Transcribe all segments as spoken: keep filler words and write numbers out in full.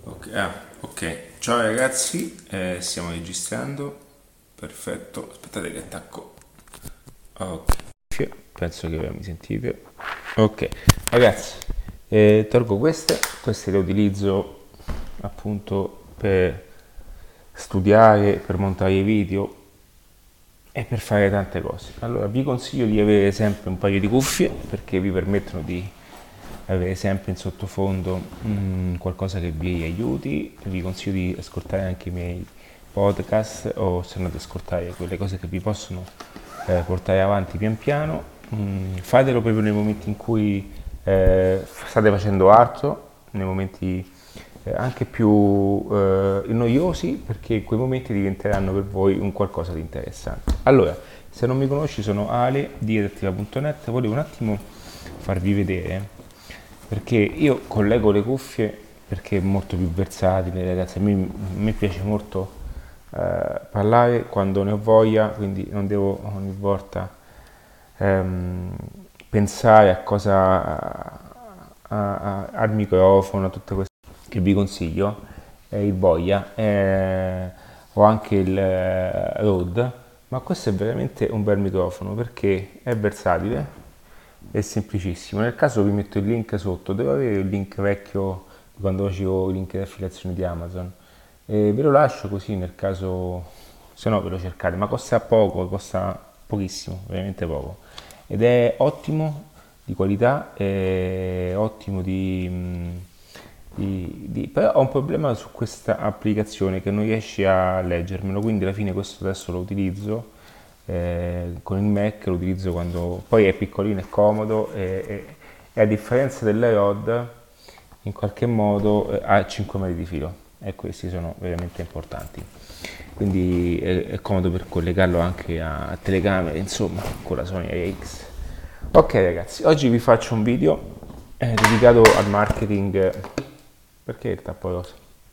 Ok, ah, ok. Ciao ragazzi, eh, stiamo registrando. Perfetto. Aspettate che attacco. Ok. Penso che mi sentite. Ok, ragazzi, eh, tolgo queste. Queste le utilizzo appunto per studiare, per montare i video e per fare tante cose. Allora, vi consiglio di avere sempre un paio di cuffie perché vi permettono di avere sempre in sottofondo mm, qualcosa che vi aiuti. Vi consiglio di ascoltare anche i miei podcast o se no di ascoltare quelle cose che vi possono eh, portare avanti pian piano. Mm, fatelo proprio nei momenti in cui eh, state facendo altro, nei momenti eh, anche più eh, noiosi, perché quei momenti diventeranno per voi un qualcosa di interessante. Allora, se non mi conosci, sono Ale di redattiva punto net. Volevo un attimo farvi vedere perché io collego le cuffie perché è molto più versatile, ragazzi. A me, a me piace molto eh, parlare quando ne ho voglia, quindi non devo ogni volta ehm, pensare a cosa a- a- al microfono, a tutte queste che vi consiglio, eh, il Boya, eh, o anche il eh, Rode, ma questo è veramente un bel microfono perché è versatile, è semplicissimo. Nel caso vi metto il link sotto, devo avere il link vecchio di quando facevo il link di affiliazione di Amazon. E ve lo lascio così nel caso, se no ve lo cercate, ma costa poco, costa pochissimo, veramente poco. Ed è ottimo di qualità, è ottimo di, mh, di- di- però ho un problema su questa applicazione che non riesce a leggermelo, quindi alla fine questo adesso lo utilizzo eh, con il Mac, lo utilizzo quando poi è piccolino e comodo e, e- e a differenza dell'iRod in qualche modo eh, ha cinque metri di filo e questi sono veramente importanti, quindi è, è comodo per collegarlo anche a, a telecamere, insomma, con la Sony A X. Ok ragazzi, oggi vi faccio un video eh, dedicato al marketing. Perché il tappo rosa?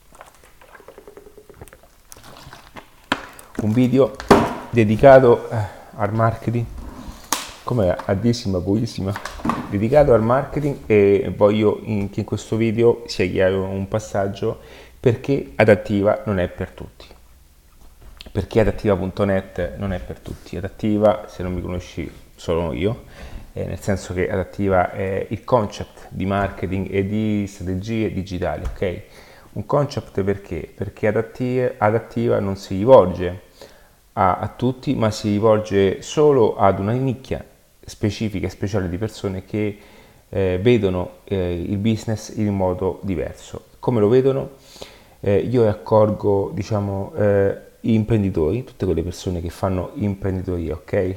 Un video dedicato eh, al marketing, come addissima, buonissima, dedicato al marketing, e voglio in, che in questo video sia chiaro un passaggio perché adattiva non è per tutti. Perché adattiva punto net non è per tutti. Adattiva, se non mi conosci, sono io, eh, nel senso che adattiva è il concept di marketing e di strategie digitali, ok? Un concept perché? Perché adattiva, adattiva non si rivolge a, a tutti, ma si rivolge solo ad una nicchia specifica e speciale di persone che eh, vedono eh, il business in modo diverso. Come lo vedono? Eh, io raccolgo, diciamo, eh, imprenditori, tutte quelle persone che fanno imprenditoria, ok?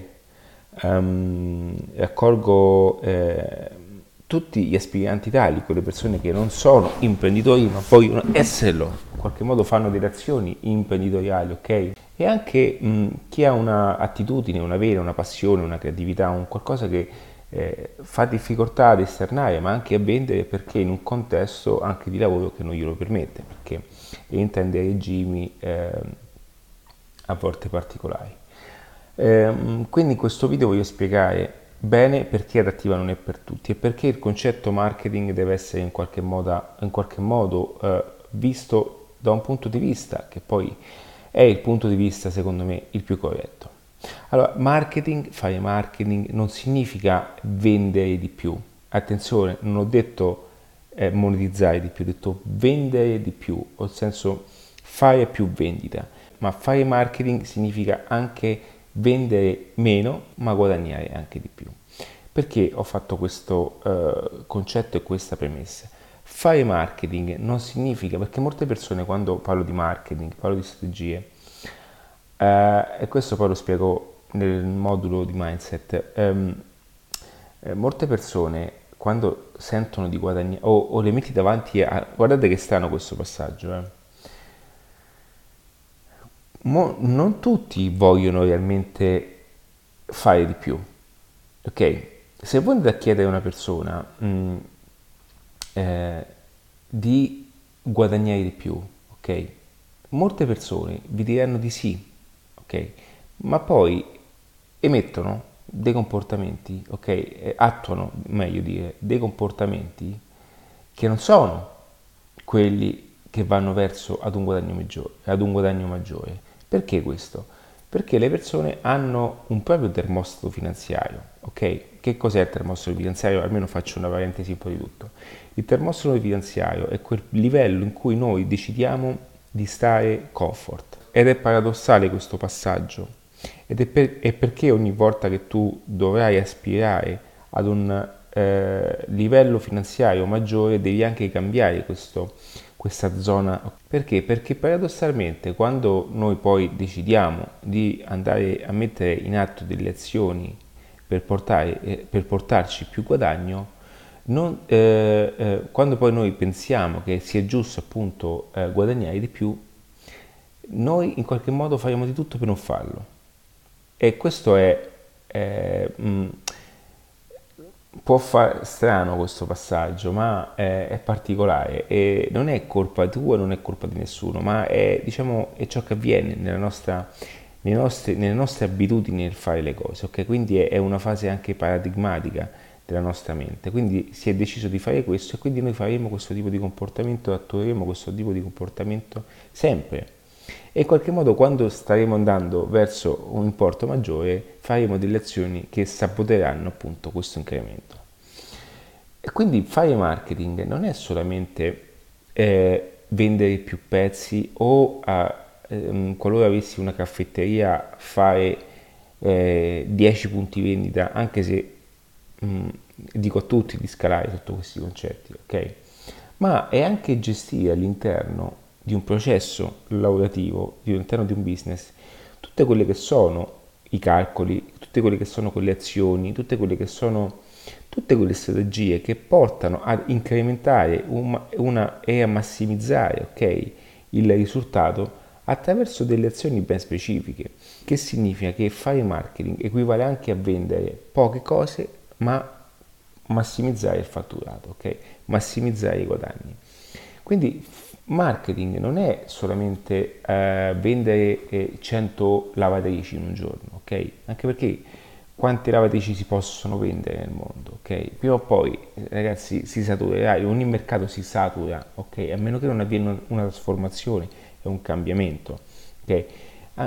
Ehm, raccolgo eh, tutti gli aspiranti tali, quelle persone che non sono imprenditori ma vogliono esserlo, in qualche modo fanno delle azioni imprenditoriali, ok? E anche mh, chi ha un'attitudine, una vena, una passione, una creatività, un qualcosa che eh, fa difficoltà ad esternare, ma anche a vendere perché in un contesto anche di lavoro che non glielo permette, perché entra in dei regimi eh, a volte particolari. Ehm, quindi in questo video voglio spiegare bene perché adattiva non è per tutti e perché il concetto marketing deve essere in qualche modo, in qualche modo eh, visto da un punto di vista che poi è il punto di vista secondo me il più corretto. Allora, marketing, fare marketing non significa vendere di più. Attenzione, non ho detto eh, monetizzare di più, ho detto vendere di più, nel senso fare più vendita. Ma fare marketing significa anche vendere meno, ma guadagnare anche di più. Perché ho fatto questo eh, concetto e questa premessa? Fare marketing non significa, perché molte persone quando parlo di marketing, parlo di strategie, eh, e questo poi lo spiego nel modulo di mindset, ehm, eh, molte persone quando sentono di guadagnare o, o le metti davanti a... Guardate che strano questo passaggio, eh. Mo- non tutti vogliono realmente fare di più, ok? Se voi andate a chiedere a una persona mh, eh, di guadagnare di più, ok? Molte persone vi diranno di sì, ok? Ma poi emettono dei comportamenti, ok? Eh, Attuano, meglio dire, dei comportamenti che non sono quelli che vanno verso ad un guadagno maggiore, ad un guadagno maggiore. Perché questo? Perché le persone hanno un proprio termostato finanziario, ok? Che cos'è il termostato finanziario? Almeno faccio una parentesi un po' di tutto. Il termostato finanziario è quel livello in cui noi decidiamo di stare comfort. Ed è paradossale questo passaggio. Ed è, per, è perché ogni volta che tu dovrai aspirare ad un eh, livello finanziario maggiore devi anche cambiare questo, questa zona. Perché? Perché paradossalmente quando noi poi decidiamo di andare a mettere in atto delle azioni per, portare, eh, per portarci più guadagno, non, eh, eh, quando poi noi pensiamo che sia giusto appunto eh, guadagnare di più, noi in qualche modo faremo di tutto per non farlo. E questo è, è mh, può fare strano questo passaggio, ma è, è particolare e non è colpa tua, non è colpa di nessuno, ma è, diciamo, è ciò che avviene nella nostra, nelle, nostre, nelle nostre abitudini nel fare le cose, ok? Quindi è, è una fase anche paradigmatica della nostra mente, quindi si è deciso di fare questo e quindi noi faremo questo tipo di comportamento, attueremo questo tipo di comportamento sempre. E in qualche modo quando staremo andando verso un importo maggiore faremo delle azioni che saboteranno appunto questo incremento. E quindi fare marketing non è solamente eh, vendere più pezzi o a, ehm, qualora avessi una caffetteria fare eh, dieci punti vendita, anche se mh, dico a tutti di scalare sotto questi concetti, ok? Ma è anche gestire all'interno di un processo lavorativo, all'interno di un business, tutte quelle che sono i calcoli, tutte quelle che sono quelle azioni, tutte quelle che sono tutte quelle strategie che portano ad incrementare una, una, e a massimizzare, okay, il risultato attraverso delle azioni ben specifiche. Che significa che fare marketing equivale anche a vendere poche cose, ma massimizzare il fatturato, ok? Massimizzare i guadagni. Quindi marketing non è solamente eh, vendere eh, cento lavatrici in un giorno, ok? Anche perché quante lavatrici si possono vendere nel mondo, ok? Prima o poi, ragazzi, si saturerà, ogni mercato si satura, ok? A meno che non avviene una trasformazione e un cambiamento, ok? Ah,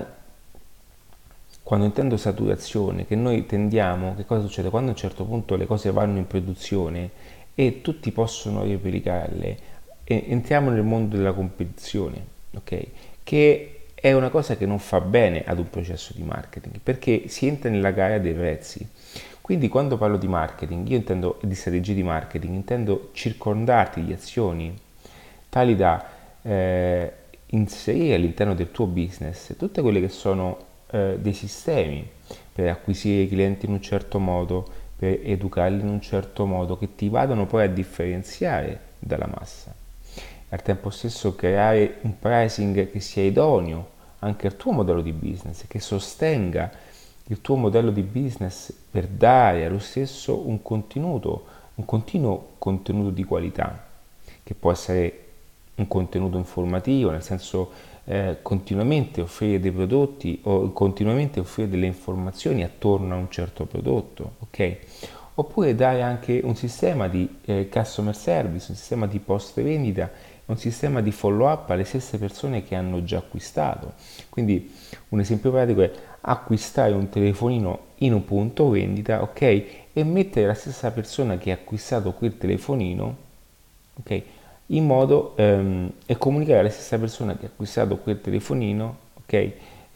quando intendo saturazione, che noi tendiamo, che cosa succede? Quando a un certo punto le cose vanno in produzione e tutti possono replicarle, entriamo nel mondo della competizione, ok? Che è una cosa che non fa bene ad un processo di marketing, perché si entra nella gara dei prezzi. Quindi quando parlo di marketing, io intendo di strategie di marketing, intendo circondarti di azioni tali da eh, inserire all'interno del tuo business tutte quelle che sono eh, dei sistemi per acquisire i clienti in un certo modo, per educarli in un certo modo, che ti vadano poi a differenziare dalla massa. Al tempo stesso creare un pricing che sia idoneo anche al tuo modello di business, che sostenga il tuo modello di business per dare allo stesso un contenuto, un continuo contenuto di qualità, che può essere un contenuto informativo, nel senso eh, continuamente offrire dei prodotti o continuamente offrire delle informazioni attorno a un certo prodotto, ok? Oppure dare anche un sistema di eh, customer service, un sistema di post vendita, un sistema di follow up alle stesse persone che hanno già acquistato. Quindi un esempio pratico è acquistare un telefonino in un punto vendita, ok? E mettere la stessa persona che ha acquistato quel telefonino, ok? In modo ehm, e comunicare alla stessa persona che ha acquistato quel telefonino, ok?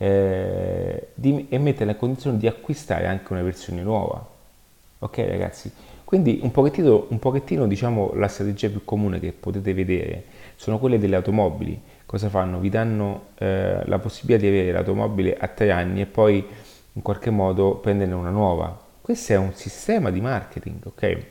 Eh, di, e metterla in condizione di acquistare anche una versione nuova, ok ragazzi? Quindi un pochettino, un pochettino diciamo la strategia più comune che potete vedere sono quelle delle automobili. Cosa fanno? Vi danno eh, la possibilità di avere l'automobile a tre anni e poi in qualche modo prenderne una nuova. Questo è un sistema di marketing, ok? È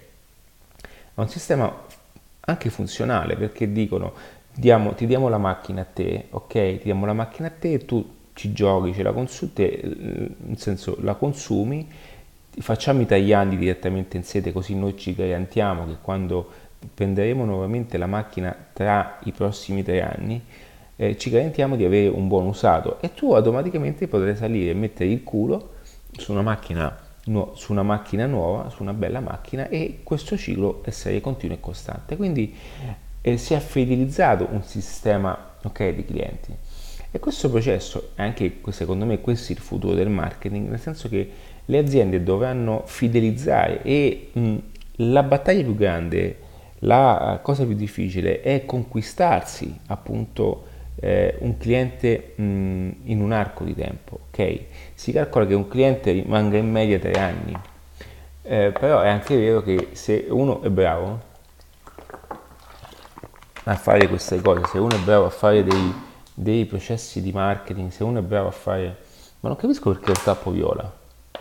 un sistema anche funzionale perché dicono diamo, ti diamo la macchina a te, ok? Ti diamo la macchina a te e tu ci giochi, ce la consulti, nel senso la consumi, facciamo i tagliandi direttamente in sede così noi ci garantiamo che quando prenderemo nuovamente la macchina tra i prossimi tre anni eh, ci garantiamo di avere un buon usato e tu automaticamente potrai salire e mettere il culo su una macchina nu- su una macchina nuova, su una bella macchina e questo ciclo essere continuo e costante. Quindi e si è fidelizzato un sistema, ok, di clienti. E questo processo, anche secondo me questo è il futuro del marketing, nel senso che le aziende dovranno fidelizzare e mh, la battaglia più grande, la cosa più difficile è conquistarsi appunto eh, un cliente mh, in un arco di tempo, ok? Si calcola che un cliente rimanga in media tre anni, eh, però è anche vero che se uno è bravo a fare queste cose, se uno è bravo a fare dei, dei processi di marketing, se uno è bravo a fare... Ma non capisco perché ho il tappo viola.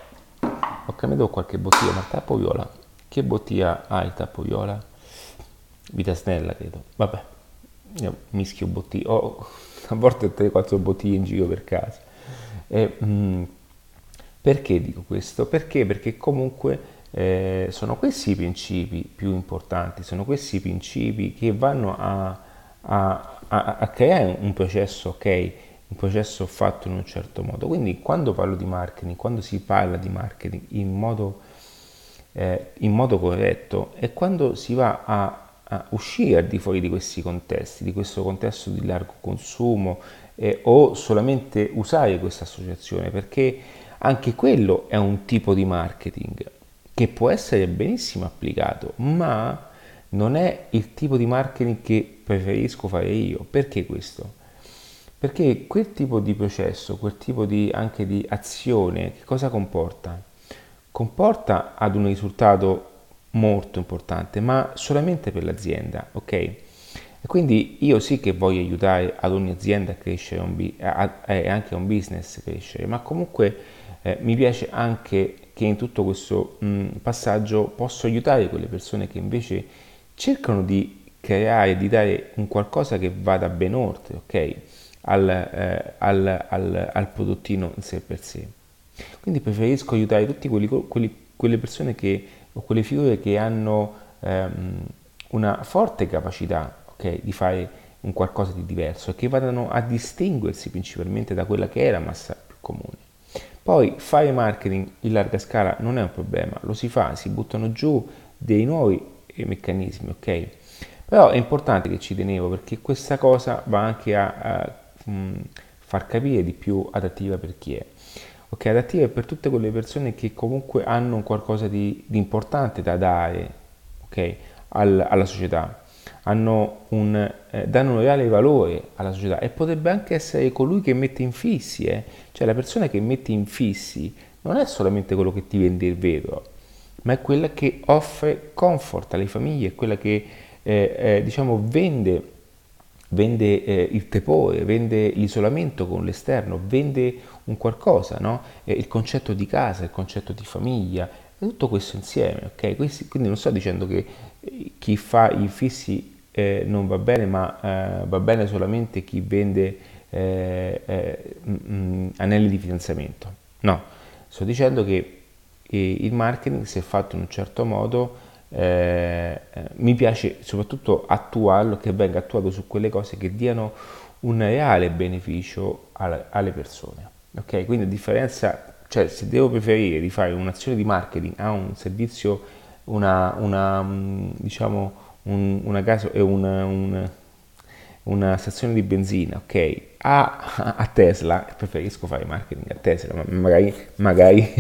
Ho cambiato qualche bottiglia, ma il tappo viola. Che bottiglia ha il tappo viola? Vita snella, credo. Vabbè, io mischio bottiglie. Ho a volte tre quattro bottiglie in giro per casa. E, mm, perché dico questo? Perché? Perché comunque eh, sono questi i principi più importanti, sono questi i principi che vanno a, a- a- a creare un processo, ok? Un processo fatto in un certo modo. Quindi quando parlo di marketing, quando si parla di marketing in modo, eh, in modo corretto, è quando si va a, a uscire al di fuori di questi contesti, di questo contesto di largo consumo, eh, o solamente usare questa associazione, perché anche quello è un tipo di marketing che può essere benissimo applicato, ma non è il tipo di marketing che preferisco fare io. Perché questo? Perché quel tipo di processo, quel tipo di, anche di azione, che cosa comporta? Comporta ad un risultato molto importante, ma solamente per l'azienda, ok? E quindi io sì che voglio aiutare ad ogni azienda a crescere un bi- a- a- e anche a un business a crescere, ma comunque eh, mi piace anche che in tutto questo mh, passaggio posso aiutare quelle persone che invece cercano di creare, di dare un qualcosa che vada ben oltre, ok? Al, eh, al, al, al prodottino in sé per sé. Quindi preferisco aiutare tutte quelle persone che, o quelle figure che hanno ehm, una forte capacità, ok, di fare un qualcosa di diverso e che vadano a distinguersi principalmente da quella che è la massa più comune. Poi fare marketing in larga scala non è un problema, lo si fa, si buttano giù dei nuovi eh, meccanismi, ok? Però è importante che ci tenevo perché questa cosa va anche a, a mh, far capire di più adattiva per chi è. Ok, adattiva è per tutte quelle persone che comunque hanno qualcosa di, di importante da dare, ok, al- alla società, hanno un, eh, danno un reale valore alla società e potrebbe anche essere colui che mette infissi, eh. Cioè la persona che mette infissi non è solamente quello che ti vende il vetro, ma è quella che offre comfort alle famiglie, è quella che eh, eh, diciamo vende, vende eh, il tepore, vende l'isolamento con l'esterno, vende un qualcosa, no? Eh, il concetto di casa, il concetto di famiglia, e tutto questo insieme, ok? Questi- quindi non sto dicendo che eh, chi fa i fissi eh, non va bene, ma eh, va bene solamente chi vende eh, eh, mm, mm, anelli di fidanzamento. No, sto dicendo che eh, il marketing, se fatto in un certo modo, eh, eh, mi piace soprattutto attuarlo, che venga attuato su quelle cose che diano un reale beneficio alla- alle persone. Ok? Quindi a differenza, cioè se devo preferire di fare un'azione di marketing a un servizio, una, una, mm, diciamo, un, una gas e una, un- una stazione di benzina, ok, a, a Tesla, preferisco fare marketing a Tesla, ma magari, magari,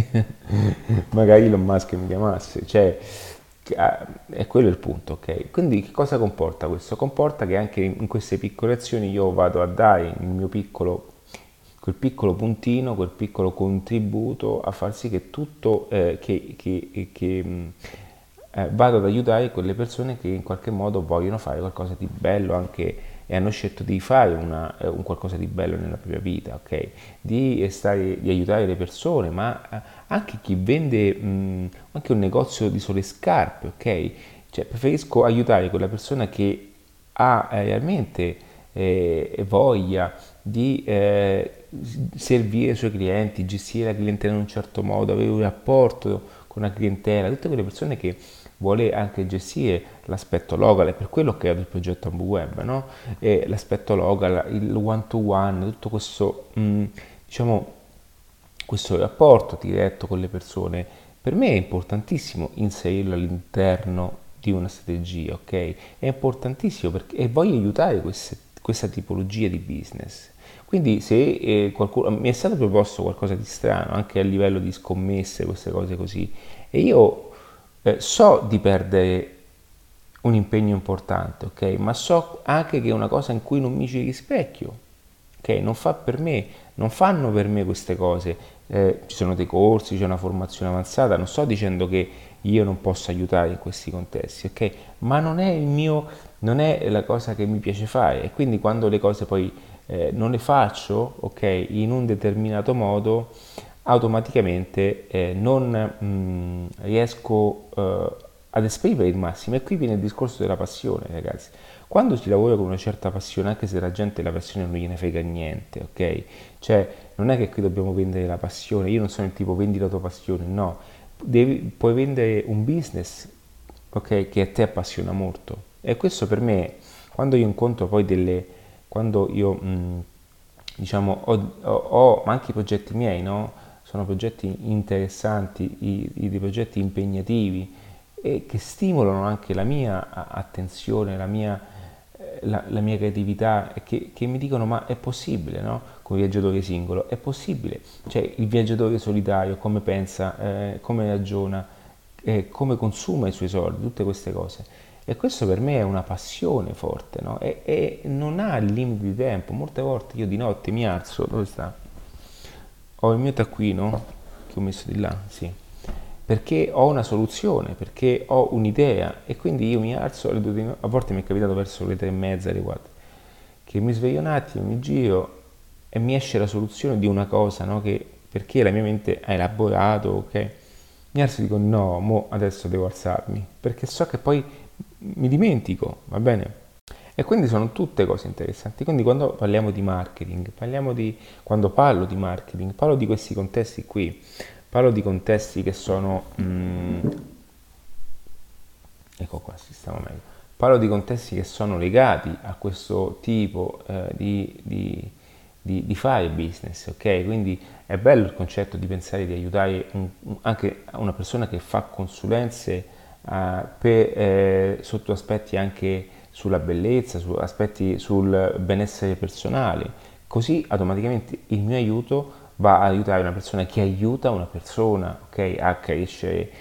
magari Elon Musk mi chiamasse, cioè, è quello il punto, ok? Quindi che cosa comporta questo? Comporta che anche in queste piccole azioni io vado a dare il mio piccolo, quel piccolo puntino, quel piccolo contributo a far sì che tutto, eh, che, che, che mh, eh, vado ad aiutare quelle persone che in qualche modo vogliono fare qualcosa di bello anche e hanno scelto di fare una, eh, un qualcosa di bello nella propria vita, ok? Di, stare, di aiutare le persone, ma eh, anche chi vende mh, anche un negozio di sole scarpe, ok? Cioè, preferisco aiutare quella persona che ha eh, realmente eh, voglia di eh, servire i suoi clienti, gestire la clientela in un certo modo, avere un rapporto con la clientela, tutte quelle persone che vuole anche gestire l'aspetto local, è per quello che ho creato il progetto AmbuWeb, no? E l'aspetto local, il one to one, tutto questo, mh, diciamo, questo rapporto diretto con le persone, per me è importantissimo inserirlo all'interno di una strategia, ok? È importantissimo perché e voglio aiutare queste, questa tipologia di business. Quindi se eh, qualcuno mi è stato proposto qualcosa di strano, anche a livello di scommesse, queste cose così, e io eh, so di perdere un impegno importante, ok? Ma so anche che è una cosa in cui non mi ci rispecchio, ok? Non fa per me, non fanno per me queste cose. Eh, ci sono dei corsi, c'è una formazione avanzata, non sto dicendo che io non posso aiutare in questi contesti, ok? Ma non è il mio, non è la cosa che mi piace fare e quindi quando le cose poi eh, non le faccio, ok, in un determinato modo, automaticamente eh, non mh, riesco eh, ad esprimere il massimo. E qui viene il discorso della passione, ragazzi. Quando si lavora con una certa passione, anche se la gente la passione non gliene frega niente, ok? Cioè, non è che qui dobbiamo vendere la passione, io non sono il tipo vendi la tua passione, no. Devi, puoi vendere un business, ok, che a te appassiona molto. E questo per me, quando io incontro poi delle, quando io, mh, diciamo, ho, ho, ho, ma anche i progetti miei, no? Sono progetti interessanti, i, i, dei progetti impegnativi e che stimolano anche la mia attenzione, la mia, eh, la, la mia creatività e che, che mi dicono ma è possibile, no? Come viaggiatore singolo, è possibile. Cioè il viaggiatore solitario, come pensa, eh, come ragiona, eh, come consuma i suoi soldi, tutte queste cose. E questo per me è una passione forte, no? E, e non ha limiti di tempo. Molte volte io di notte mi alzo, dove sta? Ho il mio taccuino che ho messo di là, sì, perché ho una soluzione, perché ho un'idea e quindi io mi alzo alle due di no- a volte mi è capitato verso le tre e mezza, le quattro, che mi sveglio un attimo, mi giro e mi esce la soluzione di una cosa, no? Che perché la mia mente ha elaborato, ok? Mi alzo e dico no, mo adesso devo alzarmi, perché so che poi mi dimentico, va bene? E quindi sono tutte cose interessanti. Quindi quando parliamo di marketing, parliamo di, quando parlo di marketing, parlo di questi contesti qui, parlo di contesti che sono, mm, ecco qua, si stava meglio, parlo di contesti che sono legati a questo tipo eh, di, di, di, di fare business, ok? Quindi è bello il concetto di pensare di aiutare un, anche una persona che fa consulenze eh, per, eh, sotto aspetti anche sulla bellezza, su aspetti sul benessere personale, così automaticamente il mio aiuto va a aiutare una persona che aiuta una persona, ok, a crescere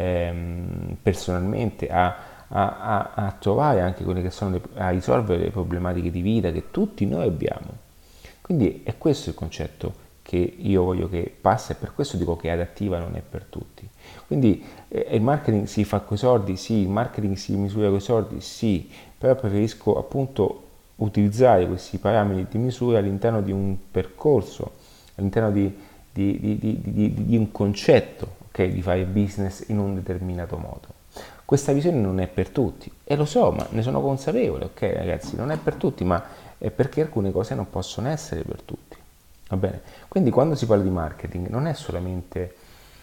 ehm, personalmente, a, a, a, a trovare anche quelle che sono le, a risolvere le problematiche di vita che tutti noi abbiamo. Quindi è questo il concetto che io voglio che passa e per questo dico che adattiva non è per tutti. Quindi eh, il marketing si fa coi soldi? Sì, il marketing si misura coi soldi? Sì, però preferisco appunto utilizzare questi parametri di misura all'interno di un percorso, all'interno di, di, di, di, di un concetto, okay, di fare business in un determinato modo. Questa visione non è per tutti e lo so, ma ne sono consapevole, ok ragazzi, non è per tutti, ma è perché alcune cose non possono essere per tutti. Va bene? Quindi quando si parla di marketing non è solamente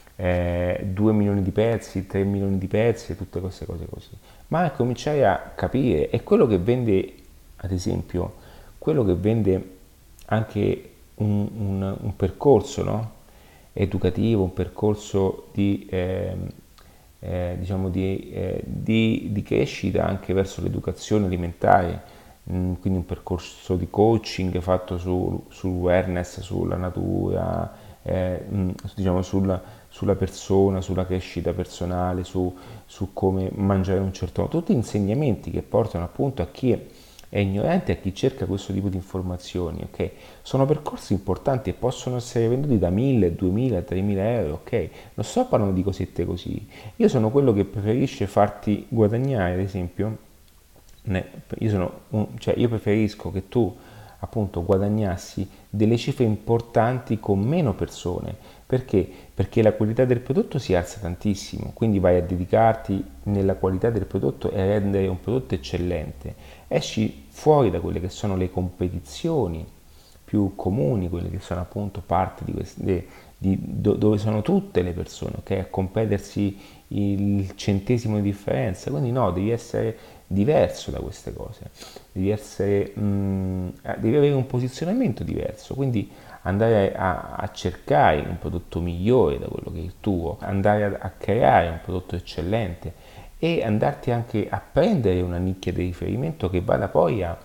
eh, due milioni di pezzi, tre milioni di pezzi e tutte queste cose così, ma è cominciare a capire, è quello che vende, ad esempio, quello che vende anche un, un, un percorso, no? Educativo, un percorso di, eh, eh, diciamo di, eh, di, di crescita anche verso l'educazione alimentare, mh, quindi un percorso di coaching fatto su, sul wellness, sulla natura, eh, mh, diciamo sulla, sulla persona, sulla crescita personale, su, su come mangiare in un certo modo, tutti insegnamenti che portano appunto a chi è ignorante, a chi cerca questo tipo di informazioni, ok? Sono percorsi importanti e possono essere venduti da mille, duemila, tremila euro, ok? Non sto parlando di cosette così. Io sono quello che preferisce farti guadagnare, ad esempio, io, sono un, cioè io preferisco che tu appunto guadagnassi delle cifre importanti con meno persone. Perché? Perché la qualità del prodotto si alza tantissimo, quindi vai a dedicarti nella qualità del prodotto e a rendere un prodotto eccellente. Esci fuori da quelle che sono le competizioni più comuni, quelle che sono appunto parte di queste, di, do, dove sono tutte le persone, ok? A competersi il centesimo di differenza. Quindi no, devi essere diverso da queste cose, devi essere, mh, devi avere un posizionamento diverso, quindi andare a, a cercare un prodotto migliore da quello che è il tuo, andare a, a creare un prodotto eccellente e andarti anche a prendere una nicchia di riferimento che vada poi a,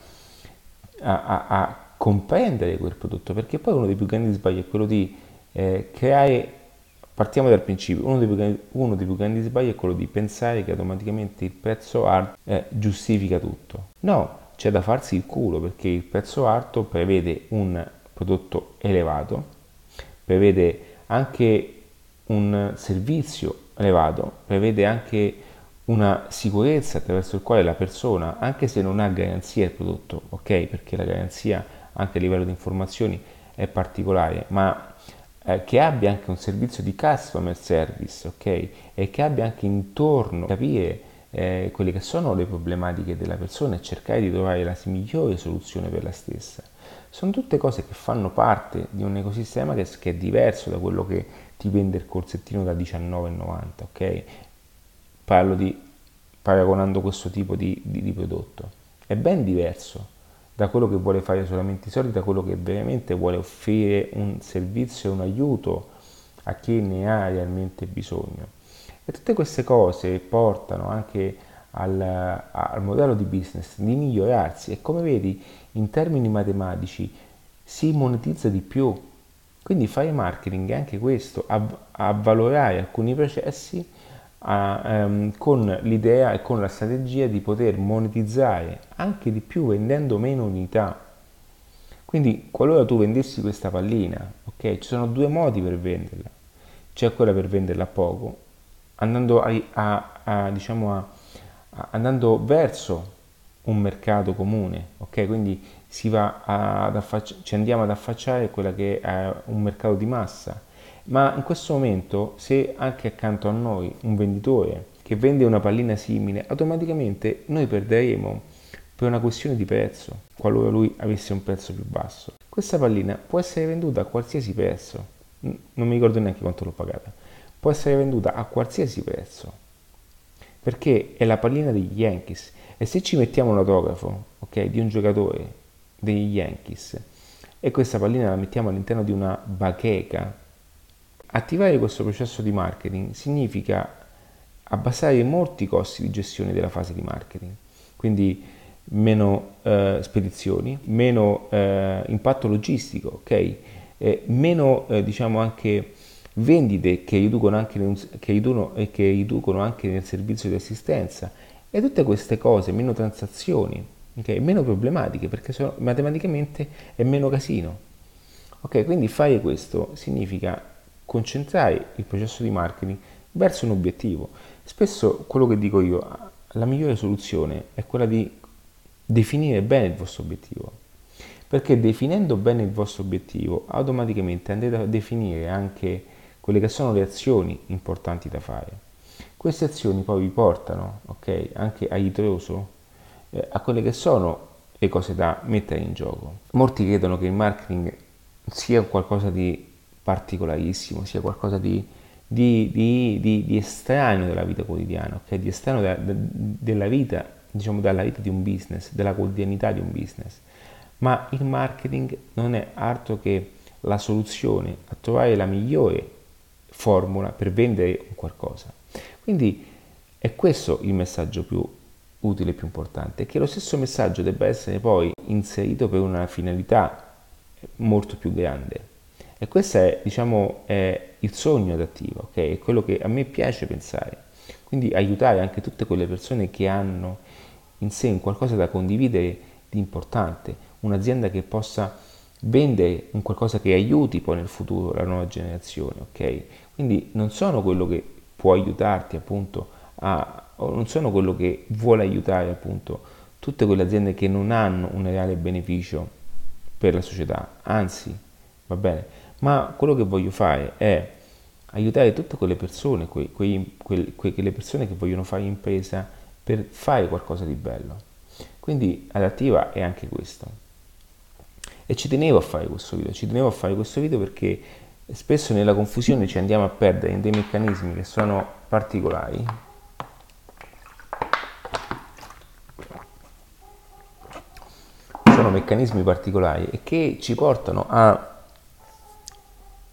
a, a, a comprendere quel prodotto, perché poi uno dei più grandi sbagli è quello di eh, creare, partiamo dal principio, uno dei, più grandi, uno dei più grandi sbagli è quello di pensare che automaticamente il prezzo hard eh, giustifica tutto. No, c'è da farsi il culo, perché il prezzo alto prevede un prodotto elevato, prevede anche un servizio elevato, prevede anche una sicurezza attraverso il quale la persona, anche se non ha garanzia del prodotto, ok, perché la garanzia anche a livello di informazioni è particolare, ma eh, che abbia anche un servizio di customer service, ok, e che abbia anche intorno capire eh, quelle che sono le problematiche della persona e cercare di trovare la migliore soluzione per la stessa. Sono tutte cose che fanno parte di un ecosistema che, che è diverso da quello che ti vende il corsettino da diciannove e novanta, ok? Parlo di paragonando questo tipo di, di, di prodotto. È ben diverso da quello che vuole fare solamente i soldi, da quello che veramente vuole offrire un servizio e un aiuto a chi ne ha realmente bisogno. E tutte queste cose portano anche al, al modello di business di migliorarsi e come vedi in termini matematici si monetizza di più. Quindi fare marketing è anche questo, avvalorare alcuni processi a, ehm, con l'idea e con la strategia di poter monetizzare anche di più vendendo meno unità. Quindi qualora tu vendessi questa pallina, ok, ci sono due modi per venderla. C'è quella per venderla a poco, andando a, a, a, diciamo a, a, andando verso un mercato comune, ok? Quindi si va ad affacci- ci andiamo ad affacciare a quella che è un mercato di massa. Ma in questo momento, se anche accanto a noi un venditore che vende una pallina simile, automaticamente noi perderemo per una questione di prezzo, qualora lui avesse un prezzo più basso. Questa pallina può essere venduta a qualsiasi prezzo, non mi ricordo neanche quanto l'ho pagata, può essere venduta a qualsiasi prezzo, perché è la pallina degli Yankees. E se ci mettiamo un autografo, ok, di un giocatore degli Yankees e questa pallina la mettiamo all'interno di una bacheca, attivare questo processo di marketing significa abbassare molti costi di gestione della fase di marketing, quindi meno eh, spedizioni, meno eh, impatto logistico, ok? Eh, meno eh, diciamo anche vendite che riducono anche, nel, che riducono, eh, che riducono anche nel servizio di assistenza e tutte queste cose, meno transazioni, okay? Meno problematiche perché sono, matematicamente è meno casino. Ok, quindi fare questo significa concentrare il processo di marketing verso un obiettivo. Spesso quello che dico io, la migliore soluzione è quella di definire bene il vostro obiettivo, perché definendo bene il vostro obiettivo automaticamente andrete a definire anche quelle che sono le azioni importanti da fare. Queste azioni poi vi portano, ok, anche a ritroso eh, a quelle che sono le cose da mettere in gioco. Molti credono che il marketing sia qualcosa di particolarissimo, sia qualcosa di, di, di, di, di estraneo dalla vita quotidiana, okay? Di estraneo da, da, della vita, diciamo dalla vita di un business, della quotidianità di un business. Ma il marketing non è altro che la soluzione a trovare la migliore formula per vendere un qualcosa. Quindi è questo il messaggio più utile e più importante, che lo stesso messaggio debba essere poi inserito per una finalità molto più grande. E questo è, diciamo, è il sogno adattivo, ok? È quello che a me piace pensare. Quindi aiutare anche tutte quelle persone che hanno in sé un qualcosa da condividere di importante, un'azienda che possa vendere un qualcosa che aiuti poi nel futuro la nuova generazione, ok? Quindi non sono quello che può aiutarti appunto a, o non sono quello che vuole aiutare appunto tutte quelle aziende che non hanno un reale beneficio per la società, anzi, va bene, ma quello che voglio fare è aiutare tutte quelle persone, quei, quei, quei, quelle persone che vogliono fare impresa per fare qualcosa di bello. Quindi Adattiva è anche questo. E ci tenevo a fare questo video, ci tenevo a fare questo video perché spesso nella confusione ci andiamo a perdere in dei meccanismi che sono particolari. Sono meccanismi particolari e che ci portano a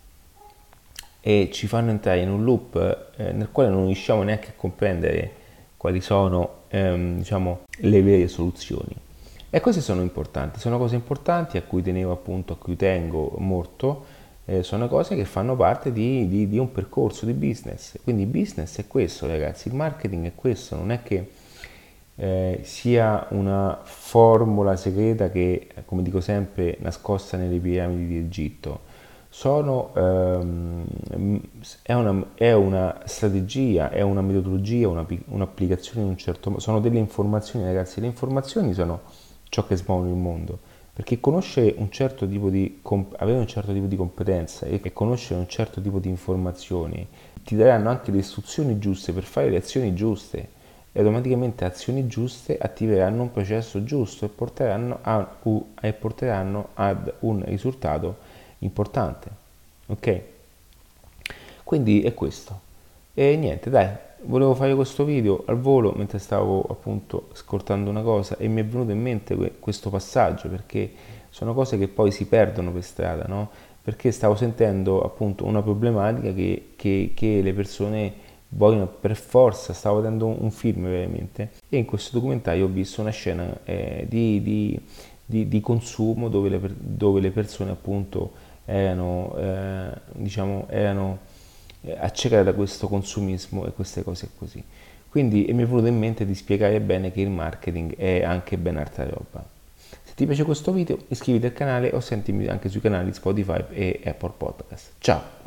e ci fanno entrare in un loop eh, nel quale non riusciamo neanche a comprendere quali sono ehm, diciamo, le vere soluzioni. E queste sono importanti, sono cose importanti a cui tenevo appunto, a cui tengo molto, eh, sono cose che fanno parte di, di, di un percorso di business. Quindi il business è questo, ragazzi, il marketing è questo, non è che eh, sia una formula segreta che, come dico sempre, nascosta nelle piramidi di Egitto. Sono, ehm, è, una, è una strategia, è una metodologia, una, un'applicazione in un certo modo. Sono delle informazioni, ragazzi. Le informazioni sono ciò che smuove il mondo. Perché conoscere un certo tipo di, avere un certo tipo di competenza e conoscere un certo tipo di informazioni ti daranno anche le istruzioni giuste per fare le azioni giuste e automaticamente azioni giuste attiveranno un processo giusto e porteranno, a, e porteranno ad un risultato importante. Ok? Quindi è questo. E niente, dai, volevo fare questo video al volo mentre stavo appunto ascoltando una cosa e mi è venuto in mente questo passaggio perché sono cose che poi si perdono per strada, no? Perché stavo sentendo appunto una problematica che, che, che le persone vogliono per forza, stavo vedendo un film veramente e in questo documentario ho visto una scena eh, di, di, di, di consumo dove le, dove le persone appunto erano, eh, diciamo, erano accecate da questo consumismo e queste cose così. Quindi mi è venuto in mente di spiegare bene che il marketing è anche ben altra roba. Se ti piace questo video iscriviti al canale o sentimi anche sui canali Spotify e Apple Podcast. Ciao!